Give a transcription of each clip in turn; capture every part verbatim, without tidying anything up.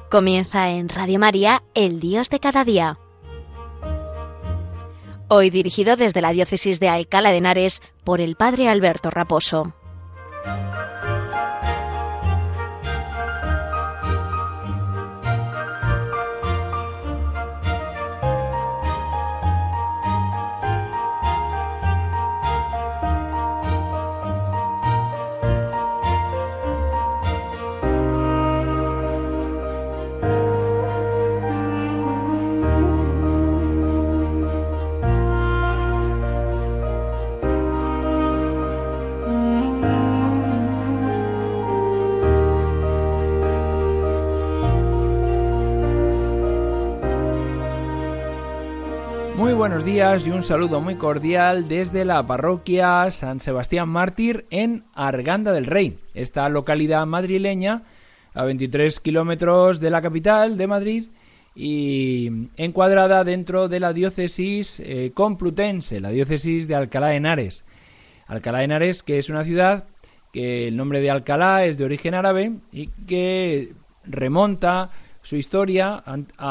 Comienza en Radio María, el Dios de cada día. Hoy dirigido desde la Diócesis de Alcalá de Henares por el Padre Alberto Raposo. Muy buenos días y un saludo muy cordial desde la parroquia San Sebastián Mártir en Arganda del Rey, esta localidad madrileña a veintitrés kilómetros de la capital de Madrid y encuadrada dentro de la diócesis eh, complutense, la diócesis de Alcalá de Henares. Alcalá de Henares, que es una ciudad que el nombre de Alcalá es de origen árabe y que remonta su historia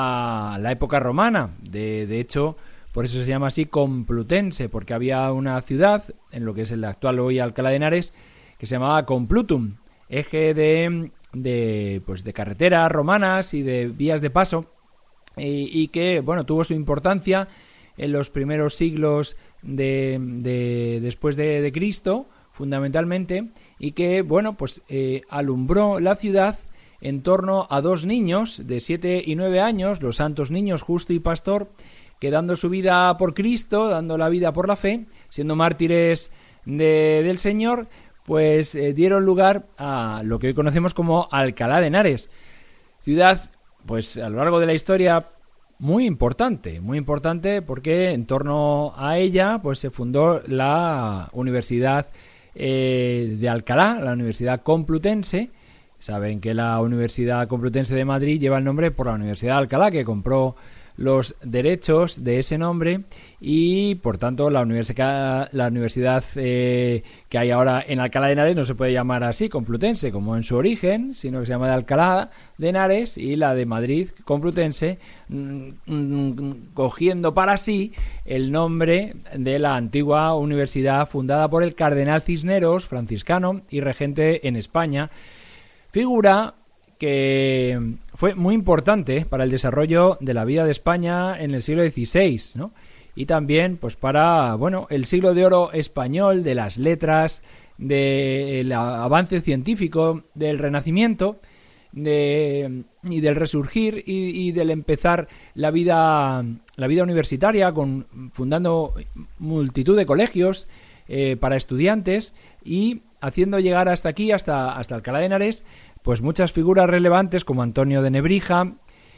a la época romana. De, de hecho, por eso se llama así complutense, porque había una ciudad, en lo que es el actual hoy Alcalá de Henares, que se llamaba Complutum, eje de, de, pues de carreteras romanas y de vías de paso, y, y que bueno tuvo su importancia en los primeros siglos de, de después de, de Cristo, fundamentalmente, y que bueno pues eh, alumbró la ciudad en torno a dos niños de siete y nueve años, los santos niños Justo y Pastor, que dando su vida por Cristo, dando la vida por la fe, siendo mártires de, del Señor, pues eh, dieron lugar a lo que hoy conocemos como Alcalá de Henares, ciudad, pues a lo largo de la historia muy importante, muy importante porque en torno a ella pues se fundó la Universidad eh, de Alcalá, la Universidad Complutense. Saben que la Universidad Complutense de Madrid lleva el nombre por la Universidad de Alcalá, que compró los derechos de ese nombre, y por tanto la universidad, la universidad eh, que hay ahora en Alcalá de Henares no se puede llamar así, Complutense, como en su origen, sino que se llama de Alcalá de Henares, y la de Madrid, Complutense, mmm, mmm, cogiendo para sí el nombre de la antigua universidad fundada por el cardenal Cisneros, franciscano y regente en España, figura que fue muy importante para el desarrollo de la vida de España en el siglo dieciséis, ¿no? Y también pues para bueno el siglo de oro español, de las letras, del avance científico, del Renacimiento, de, y del resurgir y, y del empezar la vida la vida universitaria, con fundando multitud de colegios eh, para estudiantes y haciendo llegar hasta aquí, hasta hasta Alcalá de Henares, pues muchas figuras relevantes como Antonio de Nebrija,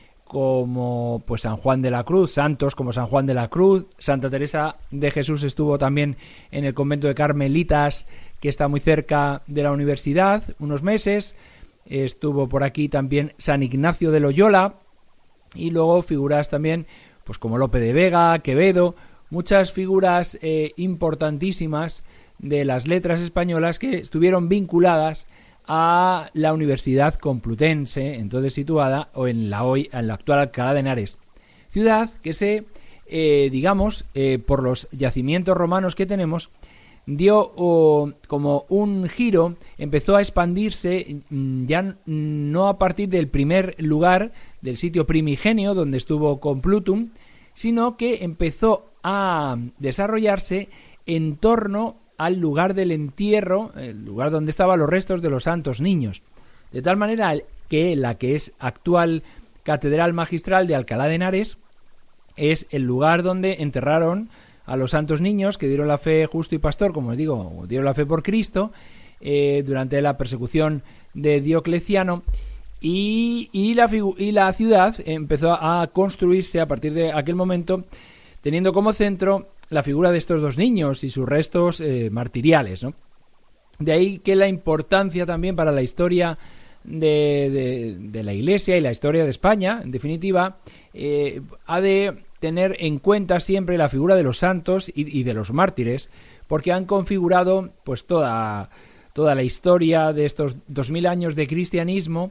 como pues San Juan de la Cruz, santos como San Juan de la Cruz, Santa Teresa de Jesús estuvo también en el convento de Carmelitas, que está muy cerca de la universidad, unos meses. Estuvo por aquí también San Ignacio de Loyola, y luego figuras también pues como Lope de Vega, Quevedo, muchas figuras eh, importantísimas de las letras españolas que estuvieron vinculadas a la Universidad Complutense, entonces situada o en la hoy en la actual Alcalá de Henares, ciudad que se eh, digamos eh, por los yacimientos romanos que tenemos dio oh, como un giro, empezó a expandirse ya no a partir del primer lugar del sitio primigenio donde estuvo Complutum, sino que empezó a desarrollarse en torno al lugar del entierro, el lugar donde estaban los restos de los santos niños, de tal manera que la que es actual Catedral Magistral de Alcalá de Henares es el lugar donde enterraron a los santos niños que dieron la fe Justo y Pastor, como os digo, dieron la fe por Cristo eh, durante la persecución de Diocleciano, y, y, la, y la ciudad empezó a construirse a partir de aquel momento, teniendo como centro la figura de estos dos niños y sus restos eh, martiriales, ¿no? De ahí que la importancia también para la historia de, de, de la Iglesia y la historia de España, en definitiva, eh, ha de tener en cuenta siempre la figura de los santos y, y de los mártires, porque han configurado pues toda, toda la historia de estos dos mil años de cristianismo,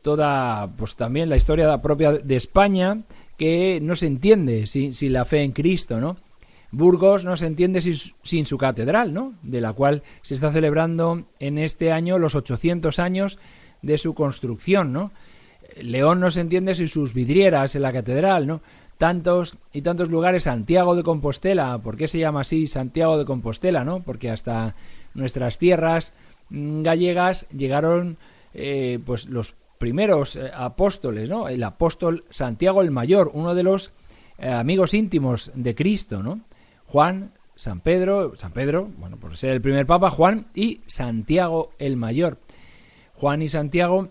toda, pues también la historia propia de España, que no se entiende sin, sin la fe en Cristo, ¿no? Burgos no se entiende sin, sin su catedral, ¿no? De la cual se está celebrando en este año los ochocientos años de su construcción, ¿no? León no se entiende sin sus vidrieras en la catedral, ¿no? Tantos y tantos lugares. Santiago de Compostela, ¿por qué se llama así Santiago de Compostela, no? Porque hasta nuestras tierras mmm, gallegas llegaron eh, pues los primeros eh, apóstoles, ¿no? El apóstol Santiago el Mayor, uno de los eh, amigos íntimos de Cristo, ¿no? Juan, San Pedro, San Pedro, bueno, por ser el primer papa, Juan y Santiago el Mayor. Juan y Santiago,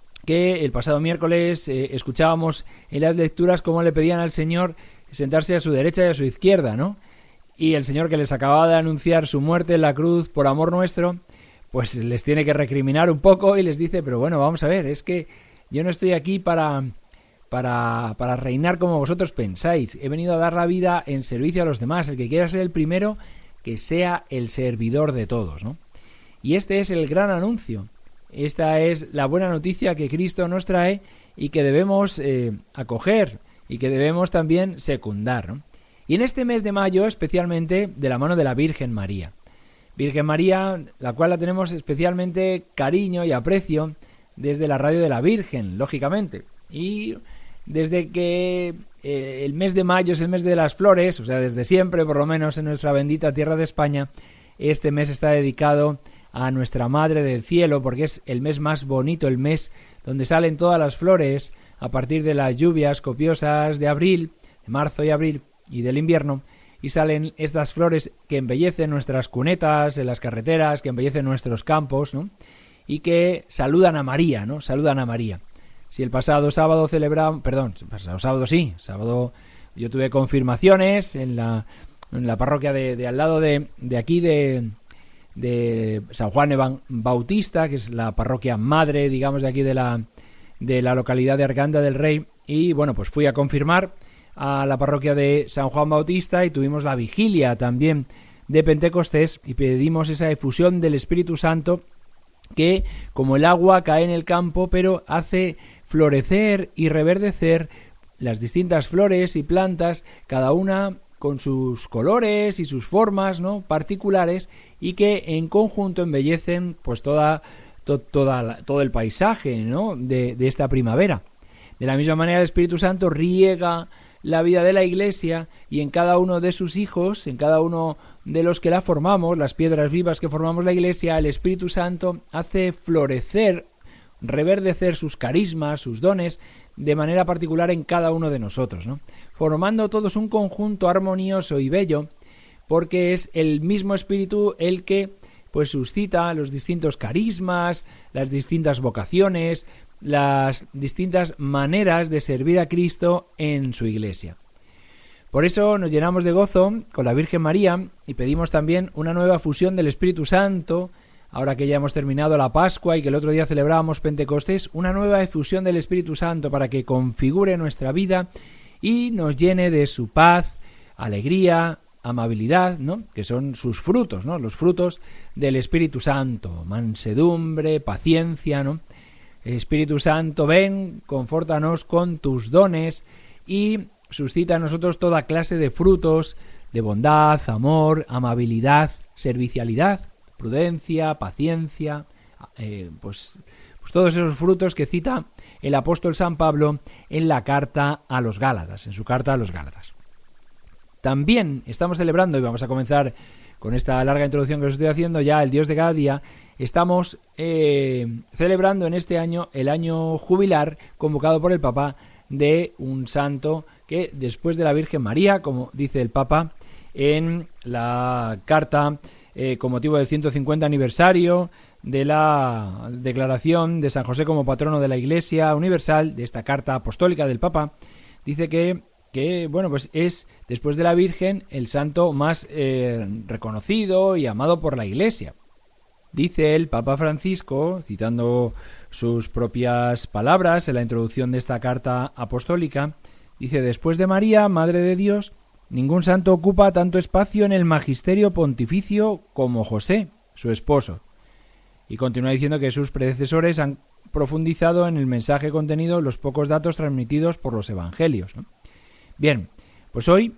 que el pasado miércoles eh, escuchábamos en las lecturas cómo le pedían al Señor sentarse a su derecha y a su izquierda, ¿no? Y el Señor, que les acababa de anunciar su muerte en la cruz por amor nuestro, pues les tiene que recriminar un poco y les dice, pero bueno, vamos a ver, es que yo no estoy aquí para, para, para reinar como vosotros pensáis. He venido a dar la vida en servicio a los demás. El que quiera ser el primero, que sea el servidor de todos, ¿no? Y este es el gran anuncio. Esta es la buena noticia que Cristo nos trae y que debemos eh, acoger y que debemos también secundar, ¿no? Y en este mes de mayo, especialmente de la mano de la Virgen María. Virgen María, la cual la tenemos especialmente cariño y aprecio desde la radio de la Virgen, lógicamente. Y desde que eh, el mes de mayo es el mes de las flores, o sea, desde siempre, por lo menos en nuestra bendita tierra de España, este mes está dedicado a nuestra Madre del Cielo, porque es el mes más bonito, el mes donde salen todas las flores a partir de las lluvias copiosas de abril, de marzo y abril y del invierno, y salen estas flores que embellecen nuestras cunetas en las carreteras, que embellecen nuestros campos, ¿no? Y que saludan a María, ¿no? Saludan a María. Si el pasado sábado celebramos, perdón, el pasado sábado sí, sábado yo tuve confirmaciones en la, en la parroquia de, de al lado de, de aquí de de San Juan Evan Bautista, que es la parroquia madre, digamos, de aquí de la, de la localidad de Arganda del Rey, y bueno, pues fui a confirmar a la parroquia de San Juan Bautista y tuvimos la vigilia también de Pentecostés y pedimos esa efusión del Espíritu Santo que, como el agua, cae en el campo, pero hace florecer y reverdecer las distintas flores y plantas, cada una con sus colores y sus formas, ¿no?, particulares, y que en conjunto embellecen pues toda, to, toda la, todo el paisaje, ¿no?, de, de esta primavera. De la misma manera, el Espíritu Santo riega la vida de la Iglesia y en cada uno de sus hijos, en cada uno de los que la formamos, las piedras vivas que formamos la Iglesia, el Espíritu Santo hace florecer, reverdecer sus carismas, sus dones, de manera particular en cada uno de nosotros, ¿no?, formando todos un conjunto armonioso y bello, porque es el mismo Espíritu el que pues suscita los distintos carismas, las distintas vocaciones, las distintas maneras de servir a Cristo en su Iglesia. Por eso nos llenamos de gozo con la Virgen María y pedimos también una nueva fusión del Espíritu Santo, ahora que ya hemos terminado la Pascua y que el otro día celebrábamos Pentecostés, una nueva efusión del Espíritu Santo para que configure nuestra vida y nos llene de su paz, alegría, amabilidad, ¿no?, que son sus frutos, ¿no?, los frutos del Espíritu Santo, mansedumbre, paciencia, ¿no? Espíritu Santo, ven, confórtanos con tus dones y suscita en nosotros toda clase de frutos de bondad, amor, amabilidad, servicialidad, prudencia, paciencia, eh, pues, pues todos esos frutos que cita el apóstol San Pablo en la carta a los Gálatas, en su carta a los Gálatas. También estamos celebrando, y vamos a comenzar con esta larga introducción que os estoy haciendo, ya el Dios de cada día. Estamos eh, celebrando en este año el año jubilar convocado por el Papa de un santo que, después de la Virgen María, como dice el Papa en la carta eh, con motivo del ciento cincuenta aniversario de la declaración de San José como patrono de la Iglesia Universal, de esta carta apostólica del Papa, dice que que, bueno, pues es, después de la Virgen, el santo más eh, reconocido y amado por la Iglesia. Dice el Papa Francisco, citando sus propias palabras en la introducción de esta carta apostólica, dice: después de María, Madre de Dios, ningún santo ocupa tanto espacio en el magisterio pontificio como José, su esposo. Y continúa diciendo que sus predecesores han profundizado en el mensaje contenido en los pocos datos transmitidos por los evangelios, ¿no? Bien, pues hoy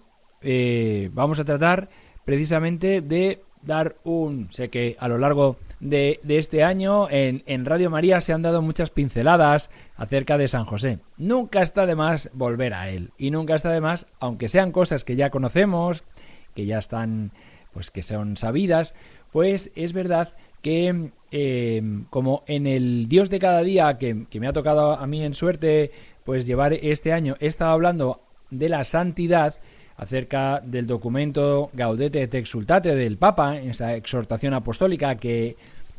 eh, vamos a tratar precisamente de dar un... Sé que a lo largo de, de este año en, en Radio María se han dado muchas pinceladas acerca de San José. Nunca está de más volver a él, y nunca está de más, aunque sean cosas que ya conocemos, que ya están, pues que son sabidas, pues es verdad que eh, como en el Dios de cada día que, que me ha tocado a mí en suerte pues llevar este año, he estado hablando de la santidad, acerca del documento Gaudete et Exsultate del Papa, esa exhortación apostólica que,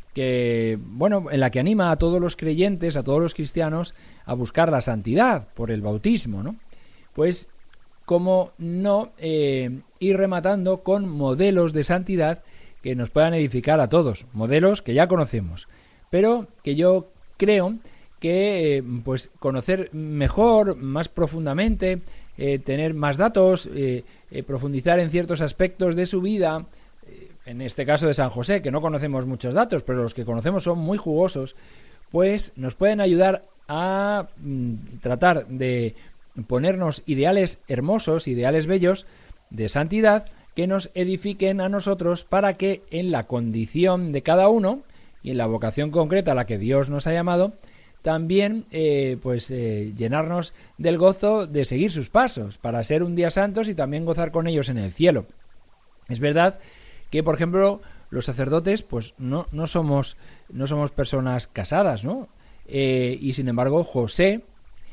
que, bueno, en la que anima a todos los creyentes, a todos los cristianos, a buscar la santidad por el bautismo, ¿no? Pues, cómo no eh, ir rematando con modelos de santidad que nos puedan edificar a todos, modelos que ya conocemos, pero que yo creo que eh, pues conocer mejor, más profundamente, Eh, tener más datos, eh, eh, profundizar en ciertos aspectos de su vida, eh, en este caso de San José, que no conocemos muchos datos, pero los que conocemos son muy jugosos, pues nos pueden ayudar a mm, tratar de ponernos ideales hermosos, ideales bellos de santidad que nos edifiquen a nosotros para que en la condición de cada uno y en la vocación concreta a la que Dios nos ha llamado, también eh, pues eh, llenarnos del gozo de seguir sus pasos para ser un día santos y también gozar con ellos en el cielo. Es verdad que, por ejemplo, los sacerdotes pues no, no somos no somos personas casadas, ¿no? Eh, y sin embargo José,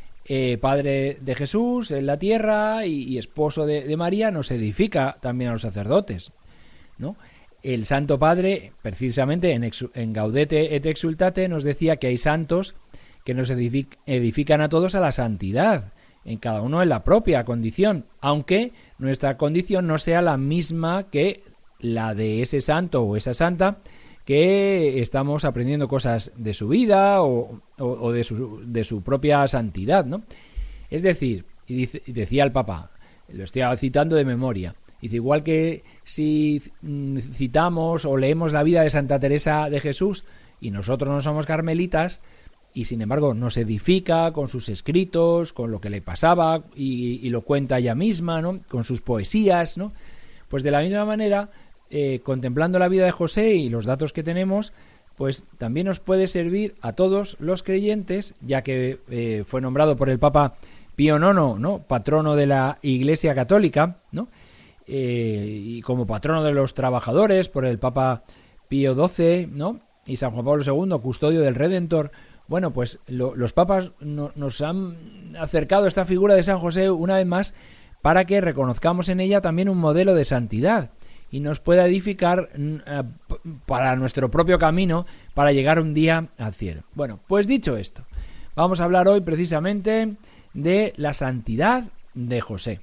eh, padre de Jesús en la tierra y, y esposo de, de María, nos edifica también a los sacerdotes, ¿no? El Santo Padre, precisamente en, ex, en Gaudete et Exsultate, nos decía que hay santos que nos edifican a todos a la santidad, en cada uno en la propia condición, aunque nuestra condición no sea la misma que la de ese santo o esa santa, que estamos aprendiendo cosas de su vida o, o, o de, su, de su propia santidad, ¿no? Es decir, y, dice, y decía el Papa, lo estoy citando de memoria, dice, igual que si citamos o leemos la vida de Santa Teresa de Jesús y nosotros no somos carmelitas, y sin embargo nos edifica con sus escritos, con lo que le pasaba y, y lo cuenta ella misma, ¿no? Con sus poesías, ¿no? Pues de la misma manera, eh, contemplando la vida de José y los datos que tenemos, pues también nos puede servir a todos los creyentes, ya que eh, fue nombrado por el Papa Pío nono, ¿no? Patrono de la Iglesia Católica, ¿no? Eh, y como patrono de los trabajadores por el Papa Pío doce, ¿no? Y San Juan Pablo segundo, custodio del Redentor. Bueno, pues lo, los papas no, nos han acercado esta figura de San José una vez más para que reconozcamos en ella también un modelo de santidad y nos pueda edificar uh, para nuestro propio camino para llegar un día al cielo. Bueno, pues dicho esto, vamos a hablar hoy precisamente de la santidad de José.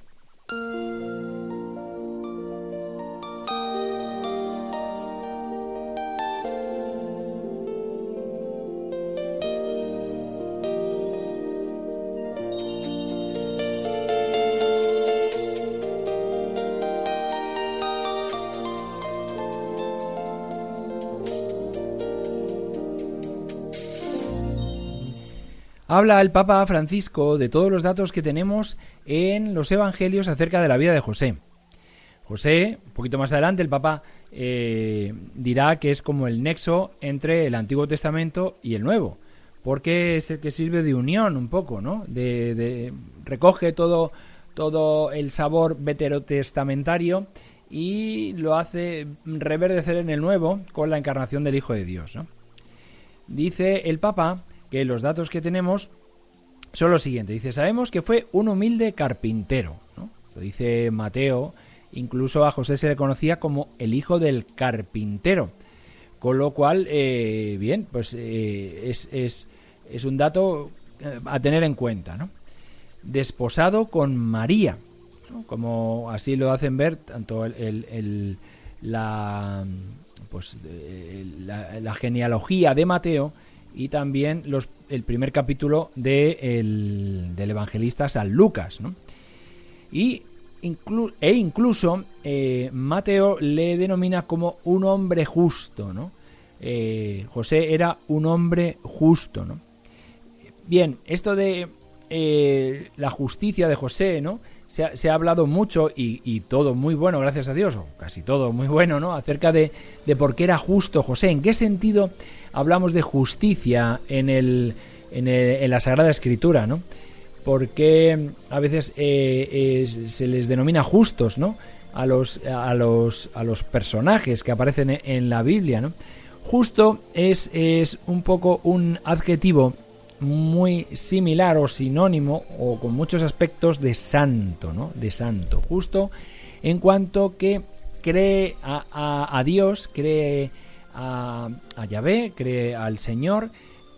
Habla el Papa Francisco de todos los datos que tenemos en los evangelios acerca de la vida de José. José, un poquito más adelante, el Papa eh, dirá que es como el nexo entre el Antiguo Testamento y el Nuevo, porque es el que sirve de unión un poco, ¿no? De, de, recoge todo, todo el sabor veterotestamentario y lo hace reverdecer en el Nuevo con la encarnación del Hijo de Dios, ¿no? Dice el Papa que los datos que tenemos son los siguientes. Dice, sabemos que fue un humilde carpintero, ¿no? Lo dice Mateo. Incluso a José se le conocía como el hijo del carpintero. Con lo cual, eh, bien, pues eh, es, es, es un dato a tener en cuenta, ¿no? Desposado con María, ¿no? Como así lo hacen ver tanto el, el, el, la, pues, la, la genealogía de Mateo y también los, el primer capítulo de el, del evangelista San Lucas, ¿no? Y inclu, e incluso eh, Mateo le denomina como un hombre justo, ¿no? Eh, José era un hombre justo, ¿no? Bien, esto de eh, la justicia de José, ¿no? Se ha, se ha hablado mucho y, y todo muy bueno, gracias a Dios, o casi todo muy bueno, ¿no? Acerca de, de por qué era justo José. ¿En qué sentido hablamos de justicia en, el, en, el, en la Sagrada Escritura, ¿no? Porque a veces eh, eh, se les denomina justos, ¿no? A los, a los, a los personajes que aparecen en, en la Biblia, ¿no? Justo es, es un poco un adjetivo muy similar o sinónimo o con muchos aspectos de santo, ¿no? De santo. Justo en cuanto que cree a, a, a Dios, cree a, a Yahvé, cree al Señor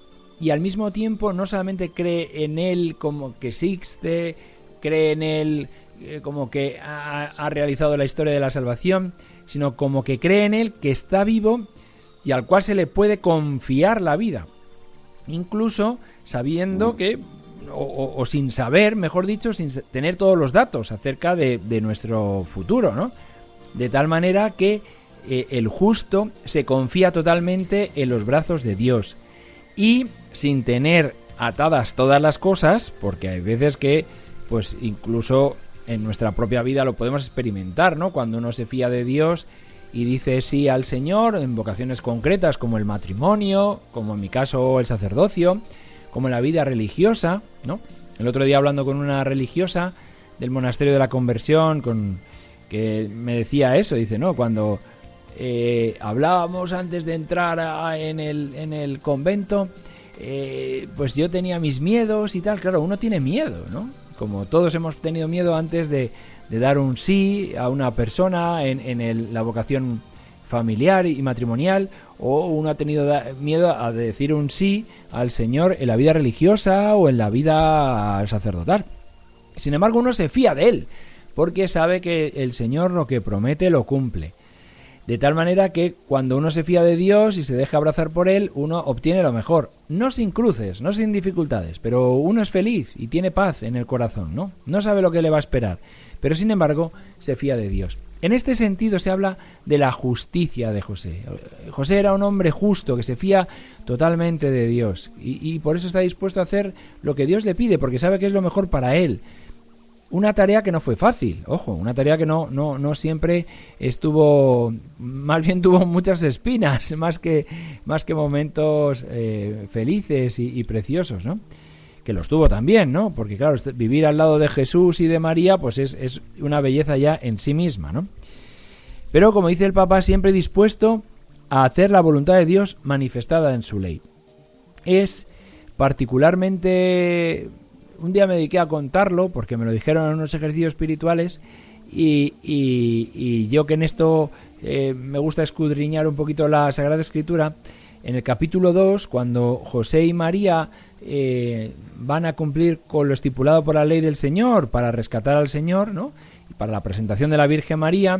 y al mismo tiempo no solamente cree en Él como que existe, cree en Él eh, como que ha, ha realizado la historia de la salvación, sino como que cree en Él que está vivo y al cual se le puede confiar la vida. Incluso sabiendo que, o, o, o sin saber, mejor dicho, sin tener todos los datos acerca de, de nuestro futuro, ¿no? De tal manera que eh, el justo se confía totalmente en los brazos de Dios y sin tener atadas todas las cosas, porque hay veces que, pues incluso en nuestra propia vida lo podemos experimentar, ¿no? Cuando uno se fía de Dios y dice sí al Señor en vocaciones concretas como el matrimonio, como en mi caso el sacerdocio, como en la vida religiosa, ¿no? El otro día hablando con una religiosa del monasterio de la Conversión, con que me decía eso, dice, no, cuando eh, hablábamos antes de entrar a, en, el, en el convento, eh, pues yo tenía mis miedos y tal, claro, uno tiene miedo, ¿no? Como todos hemos tenido miedo antes de de dar un sí a una persona en, en el, la vocación familiar y matrimonial, o uno ha tenido da, miedo a decir un sí al Señor en la vida religiosa o en la vida sacerdotal. Sin embargo, uno se fía de Él, porque sabe que el Señor lo que promete lo cumple. De tal manera que cuando uno se fía de Dios y se deja abrazar por Él, uno obtiene lo mejor. No sin cruces, no sin dificultades, pero uno es feliz y tiene paz en el corazón, ¿no? No sabe lo que le va a esperar, pero sin embargo se fía de Dios. En este sentido se habla de la justicia de José. José era un hombre justo que se fía totalmente de Dios y, y por eso está dispuesto a hacer lo que Dios le pide, porque sabe que es lo mejor para él. Una tarea que no fue fácil, ojo, una tarea que no, no, no siempre estuvo, más bien tuvo muchas espinas, más que, más que momentos eh, felices y, y preciosos, ¿no? Que los tuvo también, ¿no? Porque claro, vivir al lado de Jesús y de María, pues es, es una belleza ya en sí misma, ¿no? Pero como dice el Papa, siempre dispuesto a hacer la voluntad de Dios manifestada en su ley. Es particularmente... Un día me dediqué a contarlo porque me lo dijeron en unos ejercicios espirituales y, y, y yo que en esto eh, me gusta escudriñar un poquito la Sagrada Escritura, en el capítulo dos, cuando José y María eh, van a cumplir con lo estipulado por la ley del Señor para rescatar al Señor, ¿no? Y para la presentación de la Virgen María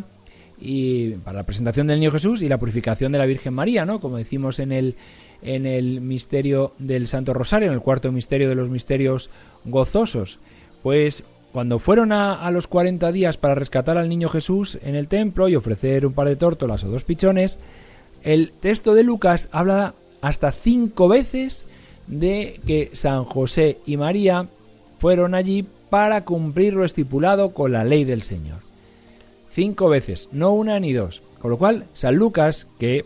y para la presentación del Niño Jesús y la purificación de la Virgen María, ¿no? Como decimos en el en el misterio del Santo Rosario, en el cuarto misterio de los misterios gozosos. Pues cuando fueron a, a los cuarenta días para rescatar al Niño Jesús en el templo y ofrecer un par de tórtolas o dos pichones, el texto de Lucas habla hasta cinco veces de que San José y María fueron allí para cumplir lo estipulado con la ley del Señor. Cinco veces, no una ni dos. Con lo cual, San Lucas, que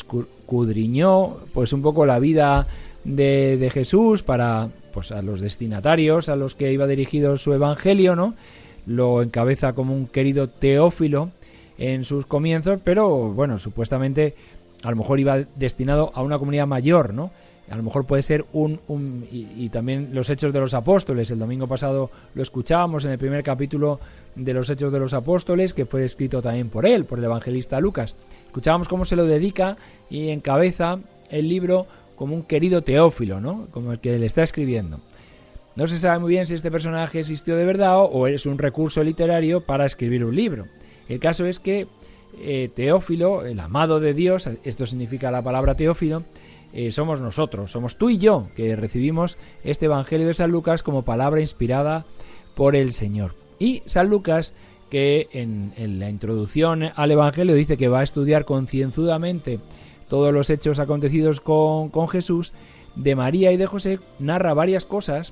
escudriñó pues un poco la vida de, de Jesús para pues a los destinatarios a los que iba dirigido su evangelio, ¿no? Lo encabeza como un querido Teófilo en sus comienzos, pero bueno, supuestamente a lo mejor iba destinado a una comunidad mayor, ¿no? A lo mejor puede ser un... un y, y también los Hechos de los Apóstoles. El domingo pasado lo escuchábamos en el primer capítulo de los Hechos de los Apóstoles, que fue escrito también por él, por el evangelista Lucas. Escuchábamos cómo se lo dedica y encabeza el libro como un querido Teófilo, ¿no? Como el que le está escribiendo. No se sabe muy bien si este personaje existió de verdad o es un recurso literario para escribir un libro. El caso es que eh, Teófilo, el amado de Dios, esto significa la palabra Teófilo, Eh, somos nosotros, somos tú y yo, que recibimos este Evangelio de San Lucas como palabra inspirada por el Señor. Y San Lucas, que en, en la introducción al Evangelio dice que va a estudiar concienzudamente todos los hechos acontecidos con, con Jesús, de María y de José narra varias cosas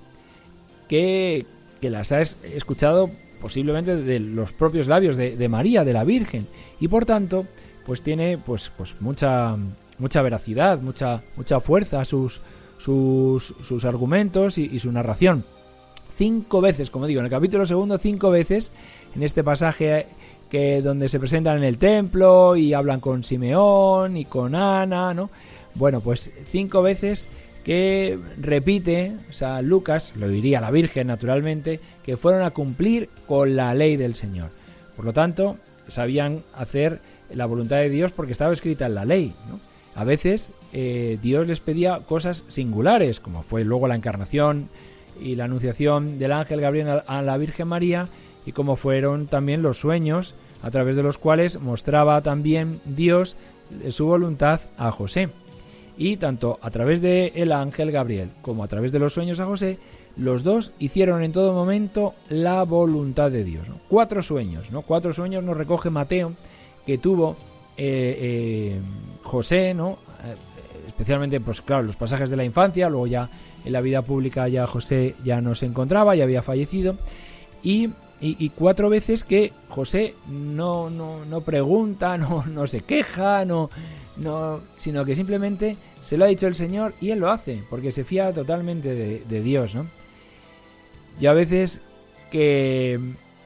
que, que las ha escuchado posiblemente de los propios labios de, de María, de la Virgen, y por tanto pues tiene pues, pues mucha, mucha veracidad, mucha, mucha fuerza sus, sus, sus argumentos y, y su narración. Cinco veces, como digo, en el capítulo segundo, cinco veces, en este pasaje que donde se presentan en el templo y hablan con Simeón y con Ana, ¿no? Bueno, pues cinco veces que repite, o sea, Lucas, lo diría la Virgen naturalmente, que fueron a cumplir con la ley del Señor. Por lo tanto, sabían hacer la voluntad de Dios porque estaba escrita en la ley, ¿no? A veces eh, Dios les pedía cosas singulares, como fue luego la encarnación y la anunciación del ángel Gabriel a la Virgen María, y como fueron también los sueños a través de los cuales mostraba también Dios su voluntad a José. Y tanto a través del ángel Gabriel como a través de los sueños a José, los dos hicieron en todo momento la voluntad de Dios, ¿no? Cuatro sueños, ¿no? Cuatro sueños nos recoge Mateo que tuvo eh, eh, José, ¿no? Eh, especialmente, pues claro, los pasajes de la infancia. Luego ya en la vida pública ya José ya no se encontraba, ya había fallecido. Y, y, y cuatro veces que José no, no, no pregunta, no, no se queja, no... No, sino que simplemente se lo ha dicho el Señor y él lo hace, porque se fía totalmente de, de Dios, ¿no? Yo a veces que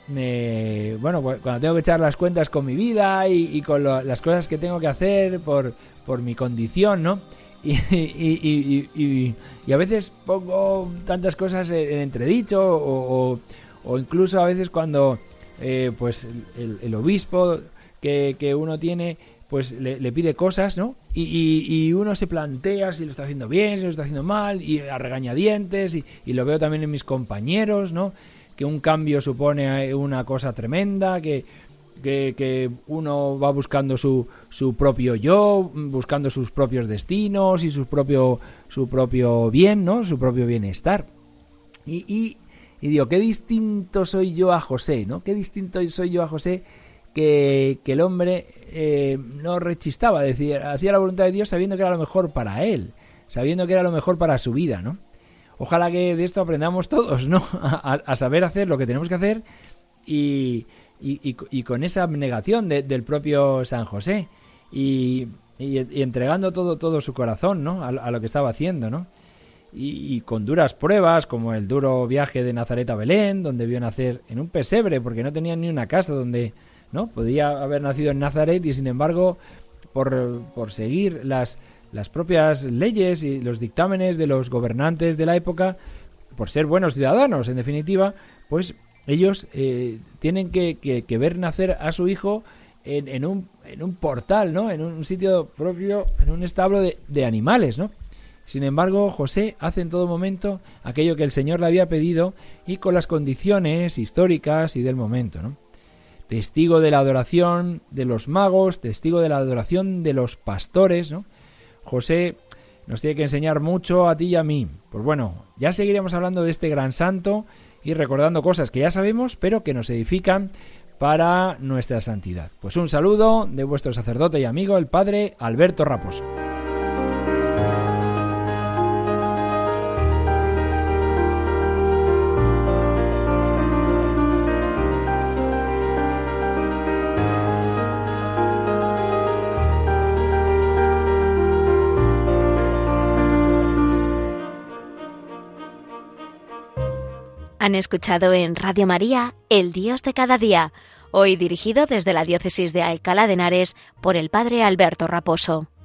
me, bueno, cuando tengo que echar las cuentas con mi vida y, y con lo, las cosas que tengo que hacer por, por mi condición, ¿no? Y, y, y, y, y a veces pongo tantas cosas en entredicho o, o, o incluso a veces cuando eh, pues el, el obispo que, que uno tiene pues le, le pide cosas, ¿no? Y, y, y uno se plantea si lo está haciendo bien, si lo está haciendo mal, y a regañadientes, y, y lo veo también en mis compañeros, ¿no? Que un cambio supone una cosa tremenda, que, que, que uno va buscando su, su propio yo, buscando sus propios destinos y su propio, su propio bien, ¿no? Su propio bienestar. Y, y, y digo, qué distinto soy yo a José, ¿no? Qué distinto soy yo a José, Que, que el hombre eh, no rechistaba, decía, hacía la voluntad de Dios sabiendo que era lo mejor para él, sabiendo que era lo mejor para su vida, ¿no? Ojalá que de esto aprendamos todos, ¿no? A, a saber hacer lo que tenemos que hacer y, y, y, y con esa abnegación de, del propio San José y, y, y entregando todo, todo su corazón, ¿no? A, a lo que estaba haciendo, ¿no? Y, y con duras pruebas, como el duro viaje de Nazaret a Belén, donde vio nacer en un pesebre, porque no tenía ni una casa donde... ¿no? Podía haber nacido en Nazaret y sin embargo por, por seguir las, las propias leyes y los dictámenes de los gobernantes de la época, por ser buenos ciudadanos en definitiva, pues ellos eh, tienen que, que, que ver nacer a su hijo en, en, un, en un portal, ¿no? En un sitio propio, en un establo de, de animales, ¿no? Sin embargo, José hace en todo momento aquello que el Señor le había pedido y con las condiciones históricas y del momento, ¿no? Testigo de la adoración de los magos, testigo de la adoración de los pastores, ¿no? José nos tiene que enseñar mucho a ti y a mí. Pues bueno, ya seguiremos hablando de este gran santo y recordando cosas que ya sabemos, pero que nos edifican para nuestra santidad. Pues un saludo de vuestro sacerdote y amigo, el Padre Alberto Raposo. Han escuchado en Radio María El Dios de cada día, hoy dirigido desde la diócesis de Alcalá de Henares por el Padre Alberto Raposo.